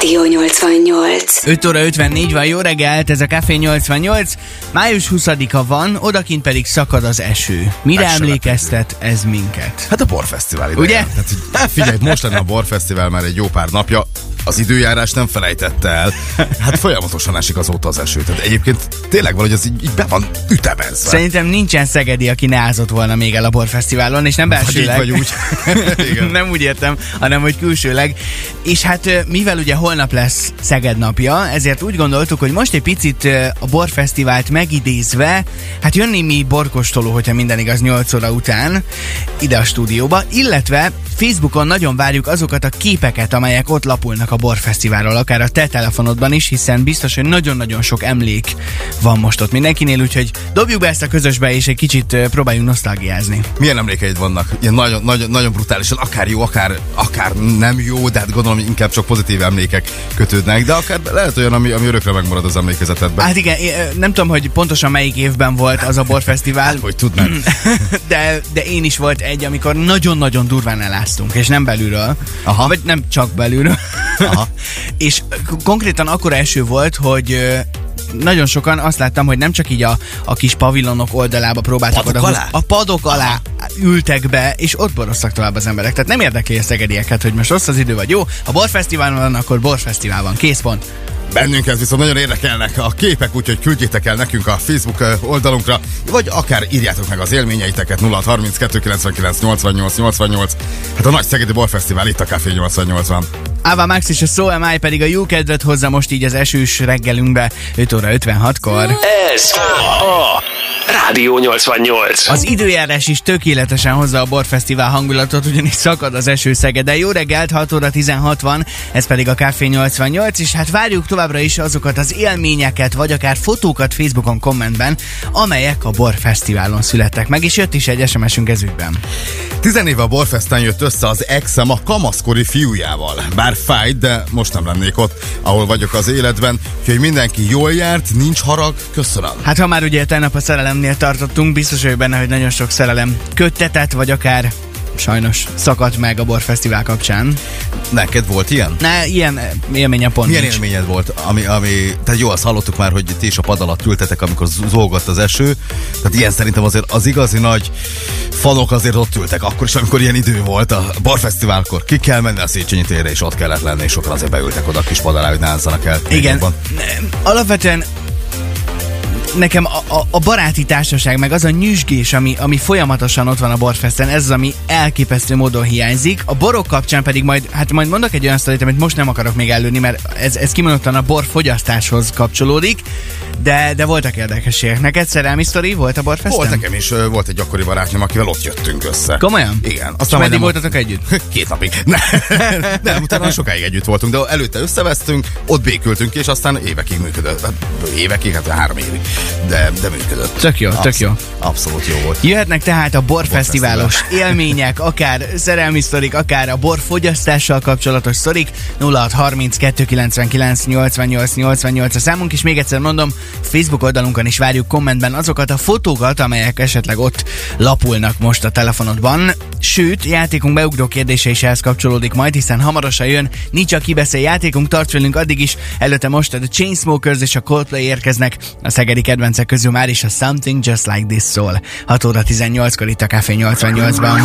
Rádió 88. 5 óra 54 van, jó reggelt, ez a Café 88. Május 20-a van, odakint pedig szakad az eső. Mire emlékeztet ez minket? Hát a borfesztivál ideje. Ugye? Tehát, figyelj, most lenne a borfesztivál már egy jó pár napja. Az időjárás nem felejtette el. Hát folyamatosan esik azóta az eső. Tehát egyébként tényleg valahogy az így be van ütemezve. Szerintem nincsen szegedi, aki ne ázott volna még el a borfesztiválon, és nem belsőleg. Vagy úgy. Nem úgy értem, hanem hogy külsőleg. És hát mivel ugye holnap lesz Szeged napja, ezért úgy gondoltuk, hogy most egy picit a borfesztivált megidézve, hát jönni mi borkóstoló, hogyha minden igaz 8 óra után ide a stúdióba, illetve Facebookon nagyon várjuk azokat a képeket, amelyek ott lapulnak a borfesztiválról, akár a te telefonodban is, hiszen biztos, hogy nagyon-nagyon sok emlék van most ott mindenkinél, úgyhogy dobjuk be ezt a közösbe, és egy kicsit próbáljunk nosztalgiázni. Milyen emlékeid vannak? Ilyen nagyon brutálisan, akár jó, akár nem jó, de hát gondolom, hogy inkább csak pozitív emlékek kötődnek, de akár lehet olyan, ami örökre megmarad az emlékezetedben. Hát igen, nem tudom, hogy pontosan melyik évben volt az a borfesztivál. Hát, hogy tudnád. de én is volt egy, amikor nagyon-nagyon durván eláztunk, és nem belülről. Aha. Vagy nem csak belülről. Aha. És konkrétan akkora eső volt, hogy nagyon sokan azt láttam, hogy nem csak így a kis pavilonok oldalába próbáltak padok alá? A padok alá ültek be, és ott boroztak tovább az emberek. Tehát nem érdekli a szegedieket, hogy most rossz az idő vagy jó. Ha borfesztivál van, akkor borfesztivál van. Kész pont. Bennünket viszont nagyon érdekelnek a képek, úgyhogy küldjétek el nekünk a Facebook oldalunkra, vagy akár írjátok meg az élményeiteket 0632 99 88 88. Hát a nagy szegedi borfesztivál itt a Café 88-ban. Ava Max és a So pedig a jó kedvet hozza most így az esős reggelünkbe 5 óra 56-kor. Ez a Rádió 88. Az időjárás is tökéletesen hozza a borfesztivál hangulatot, ugyanis szakad az eső Szegeden. Jó reggelt, 6 óra 16 van, ez pedig a Café 88, és hát várjuk továbbra is azokat az élményeket, vagy akár fotókat Facebookon kommentben, amelyek a borfesztiválon születtek meg, és jött is egy SMS-ünk ez ügyben. 10 éve a borfesztán jött össze az exem a kamaszkori fiújával. Bár fájt, de most nem lennék ott, ahol vagyok az életben, úgyhogy mindenki jól járt, nincs harag, köszönöm. Hát ha már ugye tegnap a szerelemnél tartottunk, biztos vagyok benne, hogy nagyon sok szerelem köttetett, vagy akár sajnos szakadt meg a borfesztivál kapcsán. Neked volt ilyen? Ilyen élménye pont Milyen nincs. élményed volt? Tehát jó, azt hallottuk már, hogy ti is a pad alatt ültetek, amikor zúgott az eső. Tehát ilyen szerintem azért az igazi nagy fanok azért ott ültek. Akkor is, amikor ilyen idő volt a borfesztiválkor, ki kell menni a Széchenyi térre, és ott kellett lenni, és sokan azért beültek oda a kis pad alá, hogy názzanak el. Igen. Alapvetően nekem a baráti társaság, meg az a nyüzsgés, ami folyamatosan ott van a borfeszten, ez az, ami elképesztő módon hiányzik. A borok kapcsán pedig majd mondok egy olyan sztorit, amit most nem akarok még előni, mert ez kimondottan a borfogyasztáshoz kapcsolódik, de voltak érdekességek. Neked szerelmi sztori volt a borfeszten? Volt nekem is, volt egy gyakori barátnőm, akivel ott jöttünk össze. Komolyan? Igen. Aztán meddig voltatok együtt? 2 napig. Nem, utána sokáig együtt voltunk, de előtte összevesztünk, ott békültünk, és aztán évekig működött. Évekig, hát 3 évig. De működött. Tök jó, tök jó. Abszolút jó volt. Jöhetnek tehát a borfesztiválos élmények, akár szerelmi sztorik, akár a borfogyasztással kapcsolatos sztorik. 0632 99 88 88 a számunk, és még egyszer mondom, Facebook oldalunkon is várjuk kommentben azokat a fotókat, amelyek esetleg ott lapulnak most a telefonodban. Sőt, játékunk beugró kérdése is ehhez kapcsolódik majd, hiszen hamarosan jön Nincs aki beszél játékunk, tarts velünk addig is. Előtte most a The Chainsmokers és a Coldplay érkeznek, a szegedi kedvencek közül már is a Something Just Like This szól. 6 óra 18-kor itt a Café 88-ban.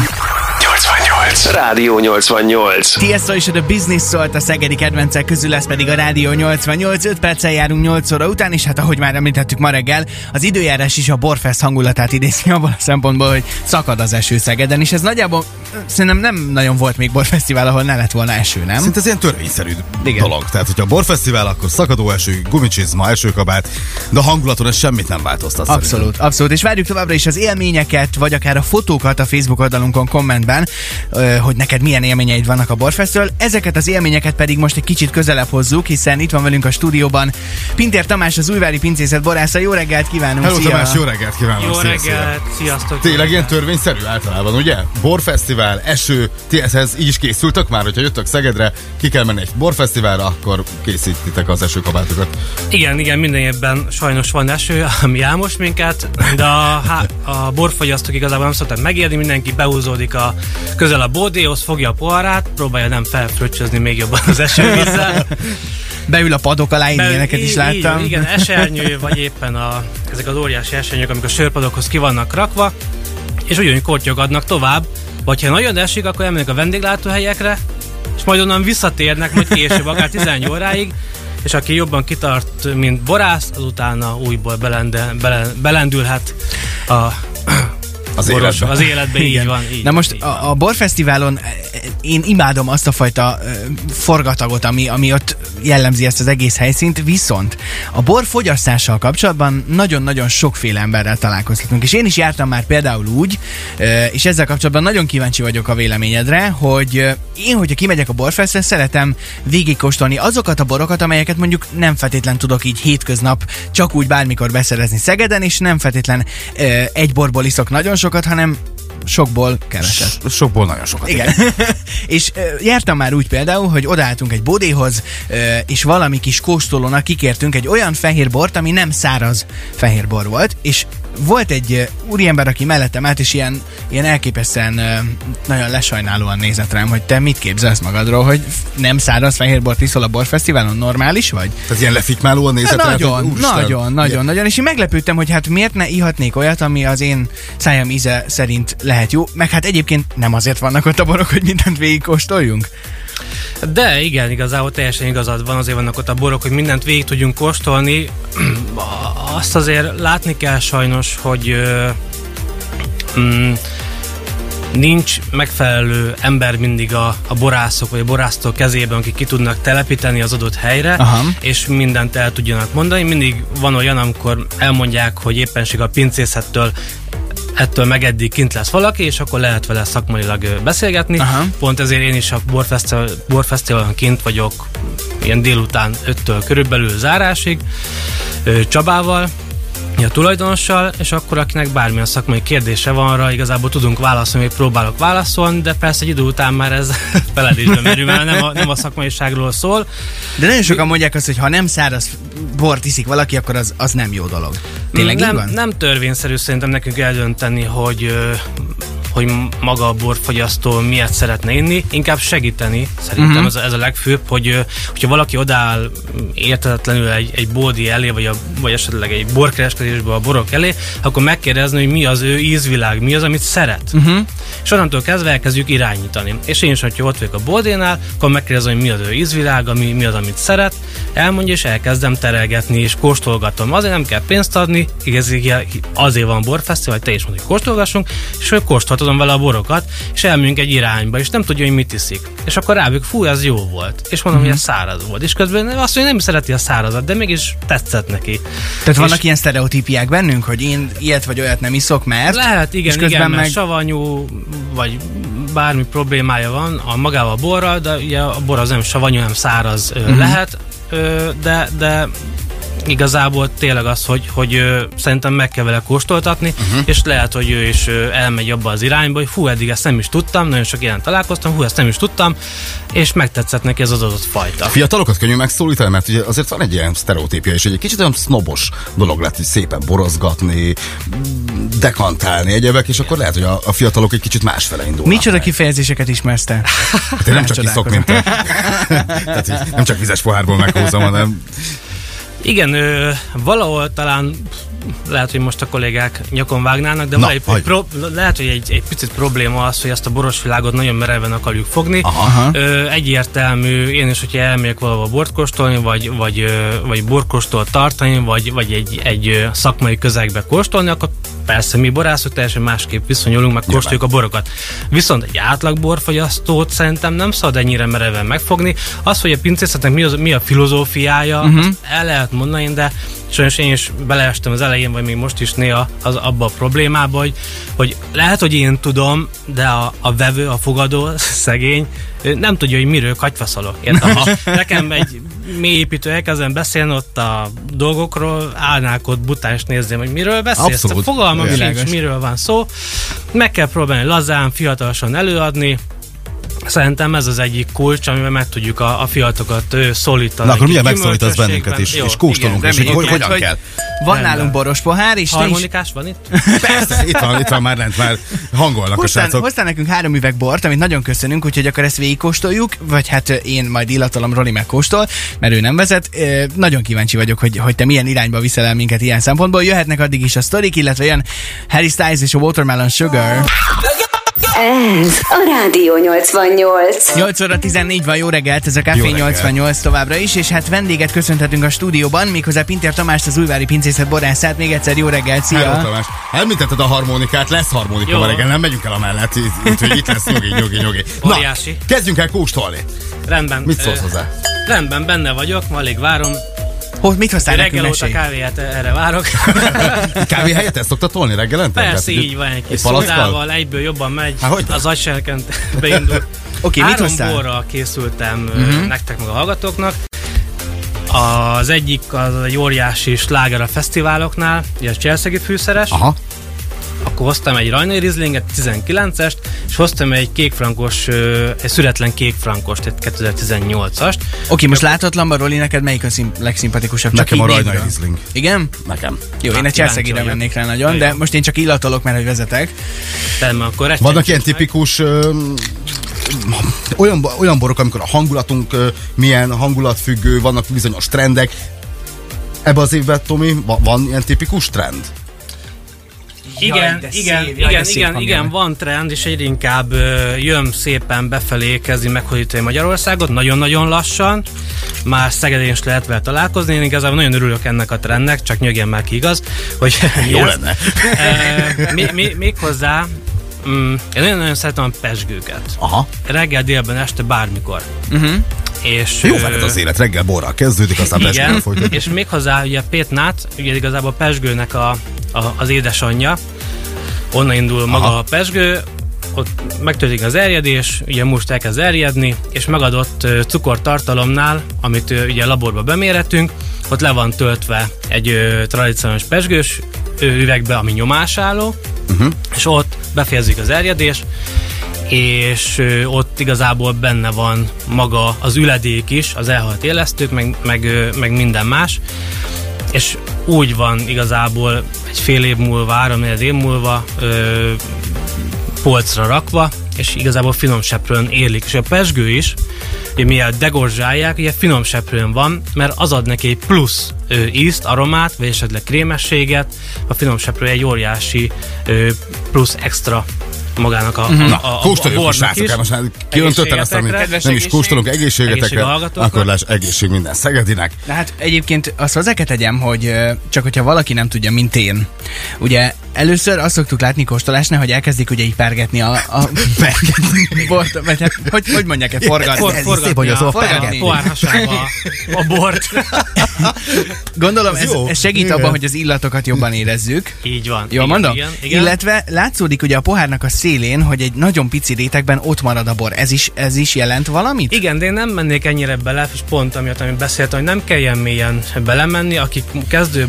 88. Rádió 88. Tiesto és a The Business szólt a szegedi kedvencek közül, ez pedig a Rádió 88. 5 perccel járunk 8 óra után, és hát ahogy már említettük ma reggel, az időjárás is a Borfest hangulatát idézi abban a szempontból, hogy szakad az eső Szegeden, és ez nagyjából szerintem nem nagyon volt még borfesztivál, ahol ne lett volna eső, nem? Szinte ez ilyen törvényszerű Igen. dolog. Tehát, hogyha a borfesztivál, akkor szakadó eső, gumicsizma, esőkabát, de a hangulaton ez semmit nem változtat. Abszolút, abszolút. És várjuk továbbra is az élményeket, vagy akár a fotókat a Facebook oldalunkon kommentben, hogy neked milyen élményeid vannak a Borfestről. Ezeket az élményeket pedig most egy kicsit közelebb hozzuk, hiszen itt van velünk a stúdióban Pintér Tamás, az újvári pincészet borásza. Jó reggelt kívánunk! Hello, szia! Tamás, jó reggelt kívánok! Jó szia, reggelt, szia. sziasztok! Tényleg ilyen törvényszerű általában, ugye? Borfesztivál, eső, ti ehhez így is készültök már, hogyha jöttök Szegedre, ki kell menni egy borfesztiválra, akkor készítitek az esőkabátokat. Igen, minden évben sajnos van eső, ami elmos minket, de a borfogyasztók igazából nem szoktak megérni, mindenki behúzódik közel a bódéhoz, fogja a poharát, próbálja nem felfröccsözni még jobban az esővízzel. Beül a padok alá, én ilyeneket is láttam. Igen, esernyő, vagy éppen ezek az óriási esernyők, amik a sörpadokhoz ki vannak rakva, és ugyanúgy kortyogadnak tovább, vagy ha nagyon esik, akkor elmennek a vendéglátóhelyekre, és majd onnan visszatérnek, majd később, akár 11 óráig, és aki jobban kitart, mint borász, az utána újból belendülhet az életbe, így van. Így, na most így a borfesztiválon én imádom azt a fajta forgatagot, ami ott jellemzi ezt az egész helyszínt, viszont a borfogyasztással kapcsolatban nagyon-nagyon sokféle emberrel találkozhatunk, és én is jártam már például úgy, és ezzel kapcsolatban nagyon kíváncsi vagyok a véleményedre, hogy én, hogyha kimegyek a borfesztre, szeretem végigkóstolni azokat a borokat, amelyeket mondjuk nem feltétlen tudok így hétköznap csak úgy bármikor beszerezni Szegeden, és nem feltétlen egy borból iszok nagyon sokat, hanem sokból keveset. Sokból nagyon sokat. Igen. És jártam már úgy például, hogy odaálltunk egy bodéhoz, és valami kis kóstolónak kikértünk egy olyan fehérbort, ami nem száraz fehérbor volt, és volt egy úriember, aki mellettem állt, és ilyen elképesztően nagyon lesajnálóan nézett rám, hogy te mit képzelsz magadról, hogy nem száraz fehérbort iszol a borfesztiválon, normális vagy? Tehát ilyen lefitymálóan nézett rá? Nagyon, és én meglepődtem, hogy hát miért ne ihatnék olyat, ami az én szájam íze szerint lehet jó, meg hát egyébként nem azért vannak ott a borok, hogy mindent végigkóstoljunk. De igen, igazából teljesen igazad van, azért vannak ott a borok, hogy mindent végig tudjunk kóstolni. Azt azért látni kell sajnos, hogy nincs megfelelő ember mindig a borászok vagy a borásztól kezében, akik ki tudnak telepíteni az adott helyre, és mindent el tudjanak mondani. Mindig van olyan, amikor elmondják, hogy éppenség a pincészettől ettől meg eddig kint lesz valaki, és akkor lehet vele szakmailag beszélgetni. Pont ezért én is a borfesztiválon kint vagyok ilyen délután 5-től körülbelül zárásig Csabával, a tulajdonossal, és akkor akinek bármilyen szakmai kérdése van arra, igazából tudunk válaszolni, vagy próbálok válaszolni, de persze egy idő után már ez feledésbe merül, mert nem a szakmaiságról szól. De nagyon sokan mondják azt, hogy ha nem száraz bort iszik valaki, akkor az nem jó dolog. Tényleg így van? Nem törvényszerű szerintem nekünk eldönteni, hogy maga a borfogyasztó miért szeretne inni, inkább segíteni, szerintem ez a legfőbb, hogyha valaki odaáll értetetlenül egy bódi elé, vagy esetleg egy borkereskedésbe a borok elé, akkor megkérdezni, hogy mi az ő ízvilág, mi az, amit szeret. És onnantól kezdve elkezdjük irányítani. És én is, hogyha ott vagyok a bódénál, akkor megkérdezem, hogy mi az ő ízvilág, mi az, amit szeret, elmondja, és elkezdem terelgetni, és kóstolgatom. Azért nem kell pénzt adni, azért van borfesztivál, hogy te is mondod, hogy kóstolgassunk, és kóstoltatod vele a borokat, és elmegyünk egy irányba, és nem tudja, hogy mit iszik. És akkor rábük, fú, ez jó volt. És mondom, hogy ez száraz volt. És közben azt mondja, nem szereti a szárazat, de mégis tetszett neki. Tehát vannak ilyen sztereotípiák bennünk, hogy én ilyet vagy olyat nem iszok, mert... Lehet, igen, mert savanyú, vagy bármi problémája van a magával a borral, de ugye a bor az nem savanyú, nem száraz lehet, de igazából tényleg az, hogy szerintem meg kell vele kóstoltatni, és lehet, hogy ő is elmegy abba az irányba, hogy fú, eddig ezt nem is tudtam, nagyon sok ilyen találkoztam, ezt nem is tudtam, és megtetszett neki ez az adott fajta. Fiatalokat könnyű megszólítani, mert ugye azért van egy ilyen sztereotípia, és egy kicsit olyan sznobos dolog lett, hogy szépen borozgatni, dekantálni egyebek, és akkor lehet, hogy a fiatalok egy kicsit másfele indulnak. Micsoda kifejezéseket ismersz te? Hát én nem csak iszok, mint te. Tehát nem csak vizes pohárból meghúzom, hanem... Igen, valahol talán lehet, hogy most a kollégák nyakon vágnának, de lehet, hogy egy picit probléma az, hogy ezt a boros világot nagyon mereven akarjuk fogni. Egyértelmű, én is, hogyha elmegyek valahol bort kóstolni, vagy borkóstolt tartani, vagy egy szakmai közegbe kóstolni, akkor persze mi borászok teljesen másképp viszonyulunk, meg kóstoljuk a borokat. Viszont egy átlag borfogyasztót szerintem nem szabad ennyire mereven megfogni. Az, hogy a pincészetnek mi a filozófiája, azt el lehet mondani, de sajnos én is beleestem az elején, vagy még most is néha abba a problémába, hogy lehet, hogy én tudom, de a vevő, a fogadó, szegény, nem tudja, hogy miről katyfaszolok. Nekem egy mélyépítő elkezdem beszélni ott a dolgokról, állnák ott bután és nézném, hogy miről beszélsz. Fogalmam sincs, miről van szó. Meg kell próbálni lazán, fiatalosan előadni. Szerintem ez az egyik kulcs, amivel meg tudjuk a fiatalokat szólítani. Na akkor milyen megszólítasz bennünket is, és kóstolunk, és hogy hogyan kell. Van nálunk boros pohár, és harmonikás van itt? Persze, itt van már lent, már hangolnak a srácok. Hoztál nekünk 3 üveg bort, amit nagyon köszönünk, úgyhogy akkor ezt végigkóstoljuk, vagy hát én majd illatalom, Roli megkóstol, mert ő nem vezet. Nagyon kíváncsi vagyok, hogy te milyen irányba viszel el minket ilyen szempontból. Jöhetnek addig is a sztorik, illetve jön Harry Styles és a Watermelon Sugar. Ez a Rádió 88. 8 óra 14 van, jó reggelt, ez a Café 88 továbbra is, és hát vendéget köszönhetünk a stúdióban, méghozzá Pintér Tamást, az Újvári Pincészet borászát. Még egyszer jó reggelt, szia! Hello, Tamás. Elmítetted a harmonikát, lesz harmonika ma reggel, nem megyünk el amellett, úgyhogy itt lesz nyugi. Na, kezdjünk el kóstolni. Rendben. Mit szólsz hozzá? Rendben, benne vagyok, alig várom. Mit hoztál nekünk, reggel óta kávéját, erre várok. Kávé helyett ezt szoktad tolni reggelente? Persze, így van, egy kis szódával, egyből jobban megy, az agyserkent beindul. Oké, mit hoztál? 3 borral készültem nektek meg a hallgatóknak. Az egyik az egy óriási sláger a fesztiváloknál, ugye a cserszegi fűszeres. Aha. Akkor hoztam egy Rajnai Rieslinget, 19-est, és hoztam egy kékfrankos, egy szüretlen kékfrankost, egy 2018-ast. Oké, most láthatatlanban, Roli, neked melyik a legszimpatikusabb? Nekem a Rajnai Riesling. Igen? Nekem. Jó, én egy cserszegire mennék rá nagyon, de most én csak illatolok, mert hogy vezetek. Akkor vannak ilyen tipikus olyan borok, amikor a hangulatunk milyen hangulatfüggő, vannak bizonyos trendek. Ebben az évben, Tomi, van ilyen tipikus trend? Igen, van trend, és egyre inkább jön szépen befelé, kezdi meghódítani Magyarországot, nagyon-nagyon lassan. Már Szegeden is lehet vele találkozni, én igazából nagyon örülök ennek a trendnek, csak nyögjen már ki, igaz, hogy jó lenne. Méghozzá én nagyon szeretem a pezsgőket. Aha. Reggel, délben, este, bármikor. És, jó veled az élet, reggel borral kezdődik, aztán pezsgővel folytatjuk. És méghozzá ugye a pétnát, ugye igazából a pezsgőnek az édesanyja, onnan indul maga a pezsgő, ott megtörténik az erjedés, ugye most elkezd erjedni, és megadott cukortartalomnál, amit ugye laborba bemérettünk, ott le van töltve egy tradicionális pezsgős üvegbe, ami nyomásálló, és ott befejezik az erjedés, és ott igazából benne van maga az üledék is, az elhalt élesztők, meg minden más, és úgy van igazából egy fél év múlva, 3-4 év múlva polcra rakva, és igazából finom seprőn érlik. És a pezsgő is, ugye mivel degorzsálják, ugye finom seprőn van, mert az ad neki egy plusz ízt, aromát, vagy esetleg krémességet. A finom seprő egy óriási plusz extra magának a bornak is. Most kiöntöttem ezt, amit nem is kóstolunk, egészségetekre, akkor lesz egészség minden szegedinek. De hát egyébként azt hozzá kell tegyem, hogy csak hogyha valaki nem tudja, mint én, ugye először azt szoktuk látni kóstolásnál, hogy elkezdik ugye így pergetni a bort, vagy hát, hogy mondják-e, forgatni? Forgatni pohárhasába a bort. Gondolom, ez segít abban, hogy az illatokat jobban érezzük. Így van. Jól mondom? Igen. Illetve látszódik ugye a pohárnak a szélén, hogy egy nagyon pici rétegben ott marad a bor. Ez is jelent valamit? Igen, de én nem mennék ennyire bele, és pont amiatt, amit beszéltem, hogy nem kell ilyen mélyen belemenni, akik kezdő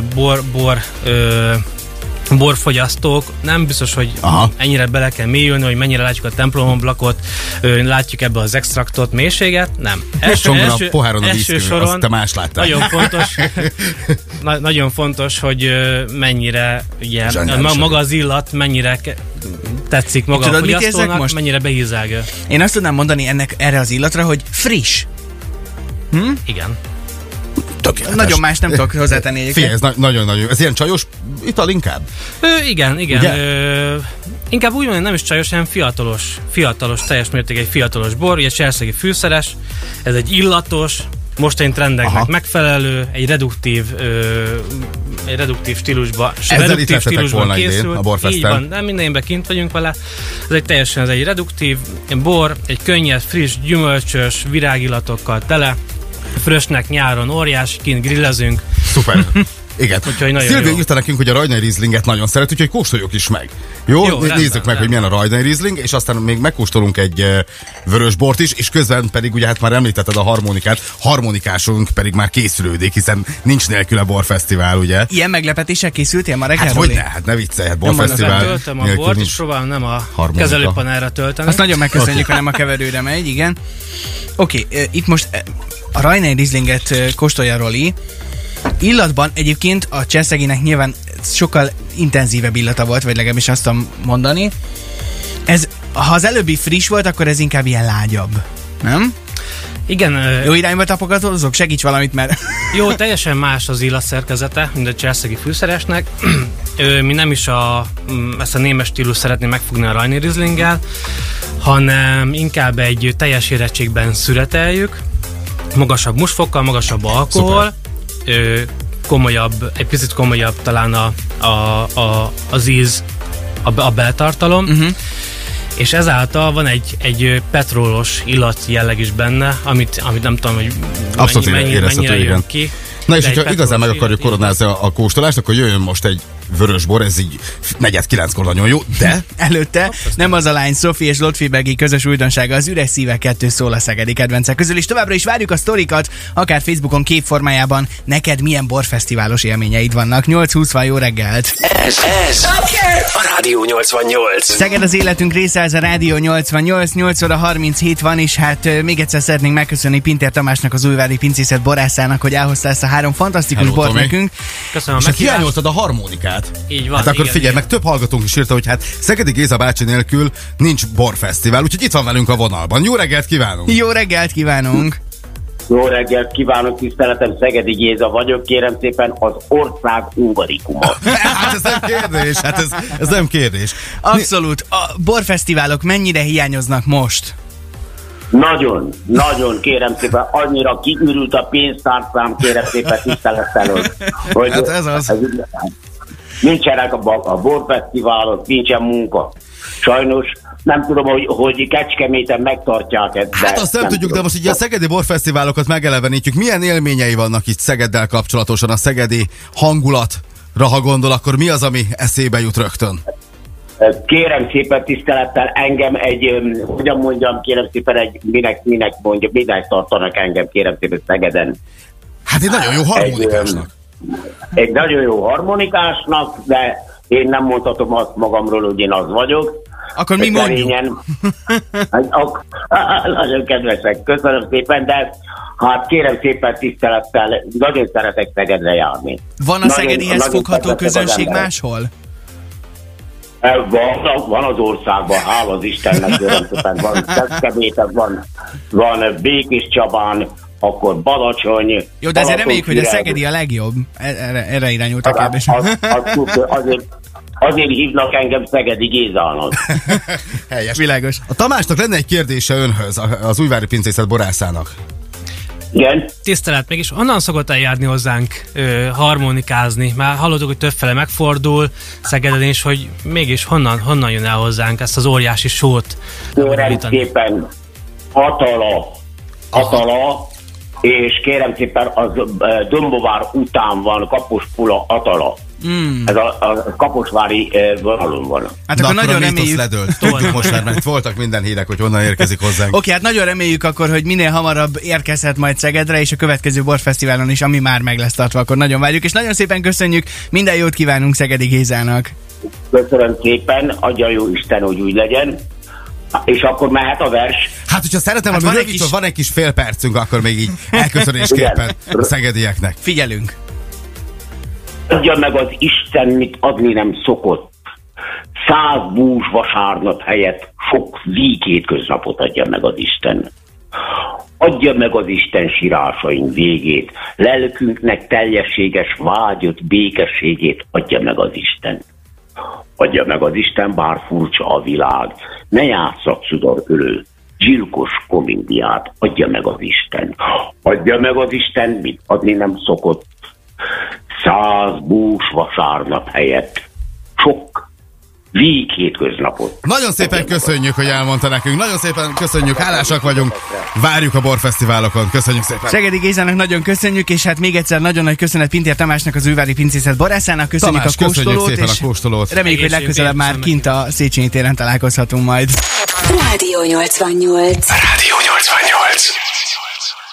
borfogyasztók, nem biztos, hogy ennyire bele kell mélyülni, hogy mennyire látjuk a templomablakot, látjuk ebbe az extraktot, mélységet, nem. Első soron azt te más láttál. Nagyon fontos, hogy mennyire ugye, maga az illat, mennyire tetszik maga a fogyasztónak, mennyire behízelgő. Én azt tudnám mondani erre az illatra, hogy friss. Igen. Tökéletes. Nagyon más nem tudok hozzátenni egyébként. Figyelj, ez nagyon-nagyon. Ez ilyen csajos ital inkább? Igen. Inkább úgy mondani, nem is csajos, hanem fiatalos, teljes mértékű egy fiatalos bor, ugye cserszegi fűszeres, ez egy illatos, mostani trendeknek megfelelő, egy reduktív stílusban. Ezzel itt lettetek volna idén a borfeszten. Így van, de minden évben kint vagyunk vele. Ez egy reduktív bor, egy könnyed, friss, gyümölcsös, virágillatokkal tele. Frösnek nyáron óriási, kint grillezünk. Szuper. Igen. Szilvia írta nekünk, hogy a Rajnai Rieslinget nagyon szeret, úgyhogy kóstoljuk is meg. Jó nézzük meg, hogy milyen a Rajnai Riesling, és aztán még megkóstolunk egy vörösbort is, és közben pedig ugye hát már említetted a harmonikát, harmonikásunk pedig már készülődik, hiszen nincs nélküle borfesztivál, ugye? Ilyen meglepetéssel készültél ma reggel? Hát hogyne, hát ne viccelj, hát borfesztivál. Töltöm a bort, és próbálom nem a kezelőpanelra tölteni. Azt nagyon megköszönjük, ha nem a keverőre megy, igen. Oké, itt most a Rajnai Rieslinget kóstolja Roli. Illatban egyébként a Cseszegének nyilván sokkal intenzívebb illata volt, vagy legalábbis azt tudom mondani. Ez, ha az előbbi friss volt, akkor ez inkább ilyen lágyabb, nem? Igen. Jó irányba tapogatózok? Segíts valamit, mert... Jó, teljesen más az illatszerkezete, mint a cselszegi fűszeresnek. Mi nem is ezt a némes stílus szeretném megfogni a Rajnai Rieslinggel, hanem inkább egy teljes érettségben szüreteljük, magasabb musfokkal, magasabb alkohol, egy picit komolyabb talán az íz, a beltartalom, és ezáltal van egy petrólos illat jelleg is benne, amit nem tudom, hogy mennyire jön ki. Na és hogyha igazán meg akarjuk koronázni a kóstolást, akkor jöjjön most egy vörösbor, ez így 4:09-kor nagyon jó, de... Előtte nem az a lány, Sophie és Lottfiebergi közös újdonsága, az Üres Szívek 2 szól a szegedi kedvencek közül, és továbbra is várjuk a sztorikat, akár Facebookon képformájában, neked milyen borfesztiválos élményeid vannak. 8:20 van, jó reggelt! Ez a Rádió 88. Szeged az életünk része, ez a Rádió 88, 8 óra 37 van, és hát még egyszer szeretnénk megköszönni Pintér Tamásnak, az újvári pincészet borászának, hogy elhozta ezt a 3 fantasztikus bort nekünk. Köszönöm. És hiányoltad a harmonikát. Így van. Hát akkor igen, figyelj, igen. meg több hallgatónk is írta, hogy hát Szegedi Géza bácsi nélkül nincs borfesztivál, úgyhogy itt van velünk a vonalban. Jó reggelt kívánunk! Jó reggelt kívánunk! Jó reggelt kívánok, tiszteletem, Szegedi Géza vagyok, kérem szépen az ország ungarikuma. Hát ez nem kérdés, ez nem kérdés. Abszolút. A borfesztiválok mennyire hiányoznak most? Nagyon, kérem szépen, annyira kiürült a pénztárcám, kérem szépen tisztelettel, hogy Hát ez az. Nincsenek a borfesztiválok, nincsen munka. Sajnos nem tudom, hogy Kecskeméten megtartják ezt. Hát azt nem tudjuk, de most így a szegedi borfesztiválokat megelevenítjük. Milyen élményei vannak itt Szegeddel kapcsolatosan, a szegedi hangulatra, ha gondol, akkor mi az, ami eszébe jut rögtön? Kérem szépen tisztelettel engem hogyan mondjam, kérem szépen minek tartanak engem, kérem szépen Szegeden. Hát egy nagyon jó harmonikásnak. Egy nagyon jó harmonikásnak, de én nem mondhatom azt magamról, hogy én az vagyok. Akkor mi mondjuk? Nagyon kedvesek, köszönöm szépen, de hát kérem szépen tisztelettel, nagyon szeretek Szegedre járni. Van a szegedihez fogható közönség máshol? Van az országban, hála az Istennek, kérem szépen, van Kecskeméten, van Békéscsabán, akkor Balacsony. Jó, de ezért reméljük, hogy a szegedi a legjobb. Erre irányult a kérdés. Azért hívnak engem Szegedi Gézának. Helyes. Világos. A Tamásnak lenne egy kérdése önhöz, az újvári pincészet borászának. Igen? Tisztelet, mégis honnan szokott eljárni hozzánk harmonikázni? Már hallottuk, hogy többfele megfordul Szegeden is, hogy mégis honnan jön el hozzánk ezt az óriási sót? Kérem szépen Atala, és kérem szépen az Dombovár után van Kapospula Atala. Ez a kaposvári vonalon van. Hát akkor nagyon reméljük. Tudjuk most már, mert voltak minden hírek, hogy honnan érkezik hozzánk. Oké, hát nagyon reméljük akkor, hogy minél hamarabb érkezhet majd Szegedre, és a következő borfesztiválon is, ami már meg lesz tartva, akkor nagyon várjuk, és nagyon szépen köszönjük, minden jót kívánunk Szegedi Gézának. Köszönöm szépen, adja jó Isten, hogy úgy legyen. És akkor mehet a vers. Hát, hogyha szeretem, hát van egy kis fél percünk, akkor még így elköszönésképpen a szegedieknek. Figyelünk. Adja meg az Isten, mit adni nem szokott. 100 bús vasárnap helyett sok víg hétköznapot adja meg az Isten. Adja meg az Isten sírásaink végét, lelkünknek teljességes vágyott békességét adja meg az Isten. Adja meg az Isten, bár furcsa a világ, ne játsszak szudarölő, gyilkos komédiát, adja meg az Isten. Adja meg az Isten, mit adni nem szokott. 100 bús vasárnap helyett sok víg hétköznapot. Nagyon szépen köszönjük, hogy elmondta nekünk. Nagyon szépen köszönjük, hálásak vagyunk. Várjuk a borfesztiválokon. Köszönjük szépen. Szegedi Gézának nagyon köszönjük, és hát még egyszer nagyon nagy köszönet Pintér Tamásnak, az Újvári Pincészet borászának. Köszönjük Tamás, a kóstolót, szépen és a kóstolót. Reméljük, hogy legközelebb már kint a Széchenyi téren találkozhatunk majd. Rádió 88. Rádió 88.